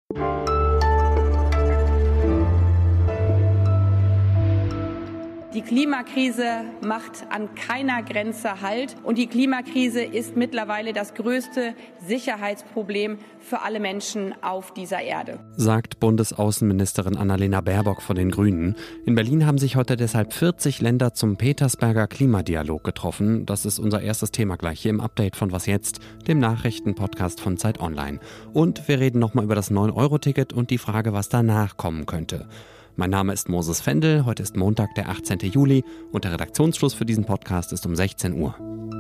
Die Klimakrise macht an keiner Grenze Halt und die Klimakrise ist mittlerweile das größte Sicherheitsproblem für alle Menschen auf dieser Erde, sagt Bundesaußenministerin Annalena Baerbock von den Grünen. In Berlin haben sich heute deshalb 40 Länder zum Petersberger Klimadialog getroffen. Das ist unser erstes Thema gleich hier im Update von Was Jetzt, dem Nachrichtenpodcast von Zeit Online. Und wir reden nochmal über das 9-Euro-Ticket und die Frage, was danach kommen könnte. Mein Name ist Moses Fendel, heute ist Montag, der 18. Juli und der Redaktionsschluss für diesen Podcast ist um 16 Uhr.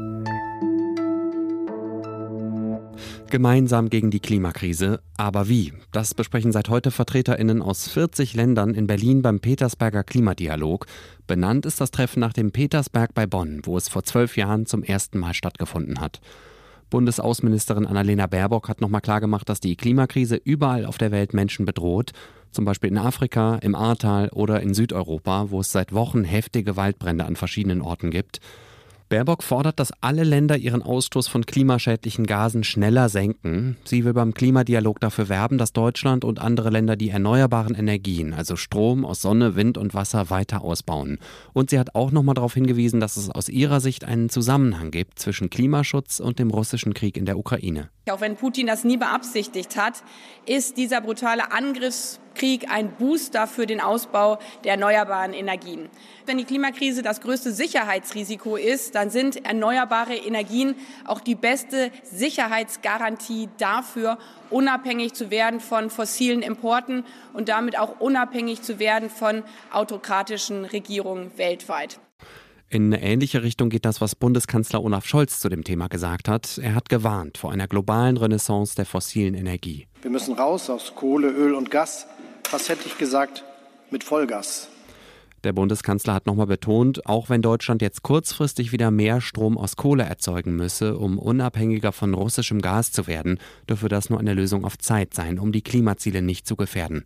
Gemeinsam gegen die Klimakrise, aber wie? Das besprechen seit heute VertreterInnen aus 40 Ländern in Berlin beim Petersberger Klimadialog. Benannt ist das Treffen nach dem Petersberg bei Bonn, wo es vor 12 Jahren zum ersten Mal stattgefunden hat. Bundesaußenministerin Annalena Baerbock hat nochmal klargemacht, dass die Klimakrise überall auf der Welt Menschen bedroht. Zum Beispiel in Afrika, im Ahrtal oder in Südeuropa, wo es seit Wochen heftige Waldbrände an verschiedenen Orten gibt. Baerbock fordert, dass alle Länder ihren Ausstoß von klimaschädlichen Gasen schneller senken. Sie will beim Klimadialog dafür werben, dass Deutschland und andere Länder die erneuerbaren Energien, also Strom aus Sonne, Wind und Wasser, weiter ausbauen. Und sie hat auch nochmal darauf hingewiesen, dass es aus ihrer Sicht einen Zusammenhang gibt zwischen Klimaschutz und dem russischen Krieg in der Ukraine. Auch wenn Putin das nie beabsichtigt hat, ist dieser brutale Angriffskrieg ein Booster für den Ausbau der erneuerbaren Energien. Wenn die Klimakrise das größte Sicherheitsrisiko ist, dann sind erneuerbare Energien auch die beste Sicherheitsgarantie dafür, unabhängig zu werden von fossilen Importen und damit auch unabhängig zu werden von autokratischen Regierungen weltweit. In eine ähnliche Richtung geht das, was Bundeskanzler Olaf Scholz zu dem Thema gesagt hat. Er hat gewarnt vor einer globalen Renaissance der fossilen Energie. Wir müssen raus aus Kohle, Öl und Gas. Was hätte ich gesagt, mit Vollgas. Der Bundeskanzler hat nochmal betont, auch wenn Deutschland jetzt kurzfristig wieder mehr Strom aus Kohle erzeugen müsse, um unabhängiger von russischem Gas zu werden, dürfe das nur eine Lösung auf Zeit sein, um die Klimaziele nicht zu gefährden.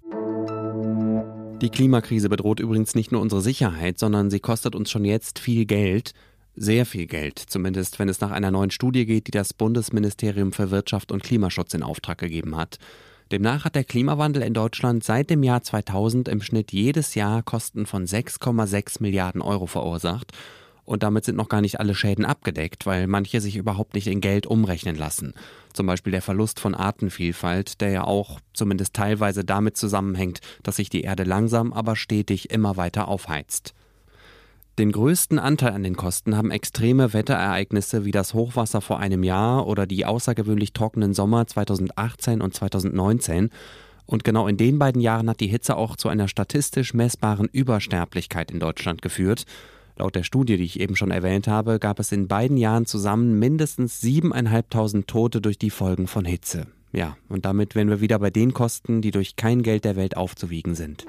Die Klimakrise bedroht übrigens nicht nur unsere Sicherheit, sondern sie kostet uns schon jetzt viel Geld. Sehr viel Geld, zumindest wenn es nach einer neuen Studie geht, die das Bundesministerium für Wirtschaft und Klimaschutz in Auftrag gegeben hat. Demnach hat der Klimawandel in Deutschland seit dem Jahr 2000 im Schnitt jedes Jahr Kosten von 6,6 Milliarden Euro verursacht. Und damit sind noch gar nicht alle Schäden abgedeckt, weil manche sich überhaupt nicht in Geld umrechnen lassen. Zum Beispiel der Verlust von Artenvielfalt, der ja auch zumindest teilweise damit zusammenhängt, dass sich die Erde langsam, aber stetig immer weiter aufheizt. Den größten Anteil an den Kosten haben extreme Wetterereignisse wie das Hochwasser vor einem Jahr oder die außergewöhnlich trockenen Sommer 2018 und 2019. Und genau in den beiden Jahren hat die Hitze auch zu einer statistisch messbaren Übersterblichkeit in Deutschland geführt. Laut der Studie, die ich eben schon erwähnt habe, gab es in beiden Jahren zusammen mindestens 7.500 Tote durch die Folgen von Hitze. Ja, und damit wären wir wieder bei den Kosten, die durch kein Geld der Welt aufzuwiegen sind.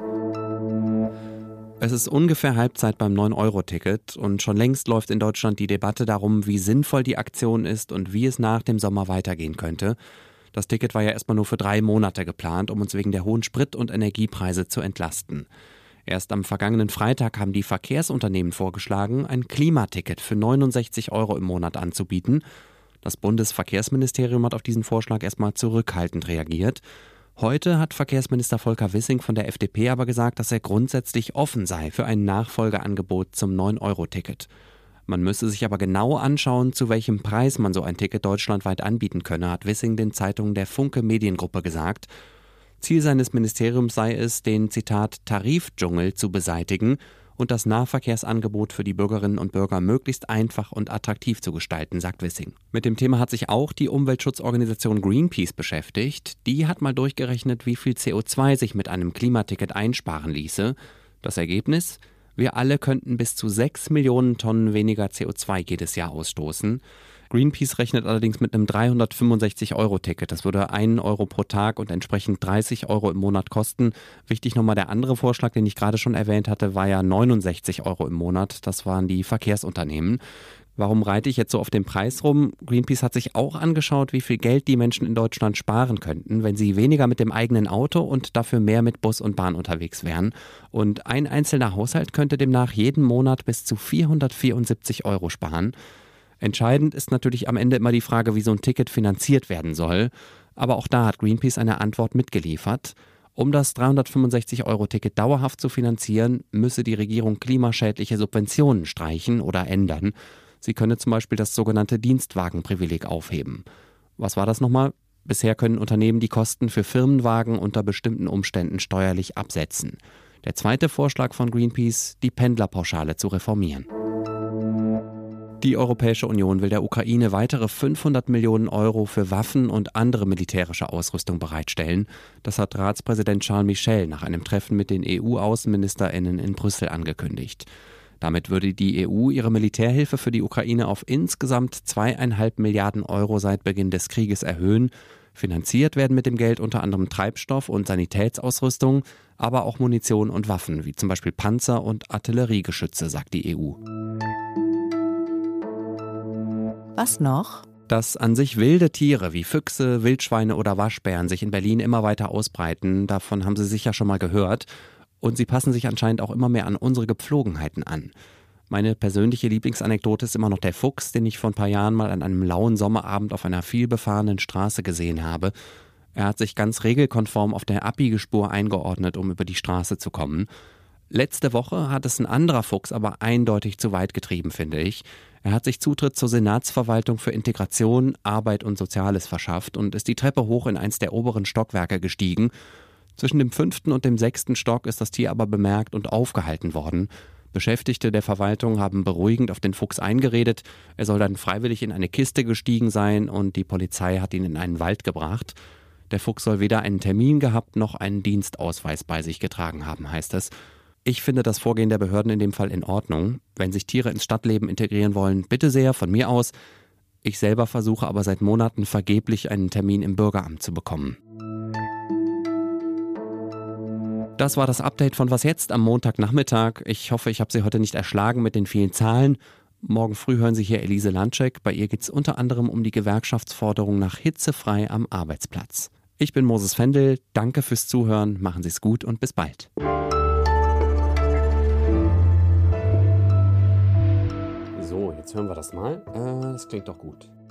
Es ist ungefähr Halbzeit beim 9-Euro-Ticket und schon längst läuft in Deutschland die Debatte darum, wie sinnvoll die Aktion ist und wie es nach dem Sommer weitergehen könnte. Das Ticket war ja erstmal nur für 3 Monate geplant, um uns wegen der hohen Sprit- und Energiepreise zu entlasten. Erst am vergangenen Freitag haben die Verkehrsunternehmen vorgeschlagen, ein Klimaticket für 69 Euro im Monat anzubieten. Das Bundesverkehrsministerium hat auf diesen Vorschlag erstmal zurückhaltend reagiert. Heute hat Verkehrsminister Volker Wissing von der FDP aber gesagt, dass er grundsätzlich offen sei für ein Nachfolgeangebot zum 9-Euro-Ticket. Man müsse sich aber genau anschauen, zu welchem Preis man so ein Ticket deutschlandweit anbieten könne, hat Wissing den Zeitungen der Funke Mediengruppe gesagt. Ziel seines Ministeriums sei es, den, Zitat, Tarifdschungel zu beseitigen und das Nahverkehrsangebot für die Bürgerinnen und Bürger möglichst einfach und attraktiv zu gestalten, sagt Wissing. Mit dem Thema hat sich auch die Umweltschutzorganisation Greenpeace beschäftigt. Die hat mal durchgerechnet, wie viel CO2 sich mit einem Klimaticket einsparen ließe. Das Ergebnis? Wir alle könnten bis zu 6 Millionen Tonnen weniger CO2 jedes Jahr ausstoßen. Greenpeace rechnet allerdings mit einem 365-Euro-Ticket. Das würde 1 Euro pro Tag und entsprechend 30 Euro im Monat kosten. Wichtig nochmal, der andere Vorschlag, den ich gerade schon erwähnt hatte, war ja 69 Euro im Monat. Das waren die Verkehrsunternehmen. Warum reite ich jetzt so auf den Preis rum? Greenpeace hat sich auch angeschaut, wie viel Geld die Menschen in Deutschland sparen könnten, wenn sie weniger mit dem eigenen Auto und dafür mehr mit Bus und Bahn unterwegs wären. Und ein einzelner Haushalt könnte demnach jeden Monat bis zu 474 Euro sparen. Entscheidend ist natürlich am Ende immer die Frage, wie so ein Ticket finanziert werden soll. Aber auch da hat Greenpeace eine Antwort mitgeliefert. Um das 365-Euro-Ticket dauerhaft zu finanzieren, müsse die Regierung klimaschädliche Subventionen streichen oder ändern. Sie könne zum Beispiel das sogenannte Dienstwagenprivileg aufheben. Was war das nochmal? Bisher können Unternehmen die Kosten für Firmenwagen unter bestimmten Umständen steuerlich absetzen. Der zweite Vorschlag von Greenpeace, die Pendlerpauschale zu reformieren. Die Europäische Union will der Ukraine weitere 500 Millionen Euro für Waffen und andere militärische Ausrüstung bereitstellen. Das hat Ratspräsident Charles Michel nach einem Treffen mit den EU-AußenministerInnen in Brüssel angekündigt. Damit würde die EU ihre Militärhilfe für die Ukraine auf insgesamt 2,5 Milliarden Euro seit Beginn des Krieges erhöhen. Finanziert werden mit dem Geld unter anderem Treibstoff und Sanitätsausrüstung, aber auch Munition und Waffen, wie zum Beispiel Panzer und Artilleriegeschütze, sagt die EU. Was noch? Dass an sich wilde Tiere wie Füchse, Wildschweine oder Waschbären sich in Berlin immer weiter ausbreiten, davon haben Sie sicher schon mal gehört. Und sie passen sich anscheinend auch immer mehr an unsere Gepflogenheiten an. Meine persönliche Lieblingsanekdote ist immer noch der Fuchs, den ich vor ein paar Jahren mal an einem lauen Sommerabend auf einer vielbefahrenen Straße gesehen habe. Er hat sich ganz regelkonform auf der Abbiegespur eingeordnet, um über die Straße zu kommen. Letzte Woche hat es ein anderer Fuchs aber eindeutig zu weit getrieben, finde ich. Er hat sich Zutritt zur Senatsverwaltung für Integration, Arbeit und Soziales verschafft und ist die Treppe hoch in eins der oberen Stockwerke gestiegen. Zwischen dem 5. und dem 6. Stock ist das Tier aber bemerkt und aufgehalten worden. Beschäftigte der Verwaltung haben beruhigend auf den Fuchs eingeredet. Er soll dann freiwillig in eine Kiste gestiegen sein und die Polizei hat ihn in einen Wald gebracht. Der Fuchs soll weder einen Termin gehabt noch einen Dienstausweis bei sich getragen haben, heißt es. Ich finde das Vorgehen der Behörden in dem Fall in Ordnung. Wenn sich Tiere ins Stadtleben integrieren wollen, bitte sehr, von mir aus. Ich selber versuche aber seit Monaten vergeblich einen Termin im Bürgeramt zu bekommen. Das war das Update von Was jetzt am Montagnachmittag. Ich hoffe, ich habe Sie heute nicht erschlagen mit den vielen Zahlen. Morgen früh hören Sie hier Elise Landschek. Bei ihr geht es unter anderem um die Gewerkschaftsforderung nach hitzefrei am Arbeitsplatz. Ich bin Moses Fendel. Danke fürs Zuhören. Machen Sie es gut und bis bald. So, jetzt hören wir das mal. Das klingt doch gut.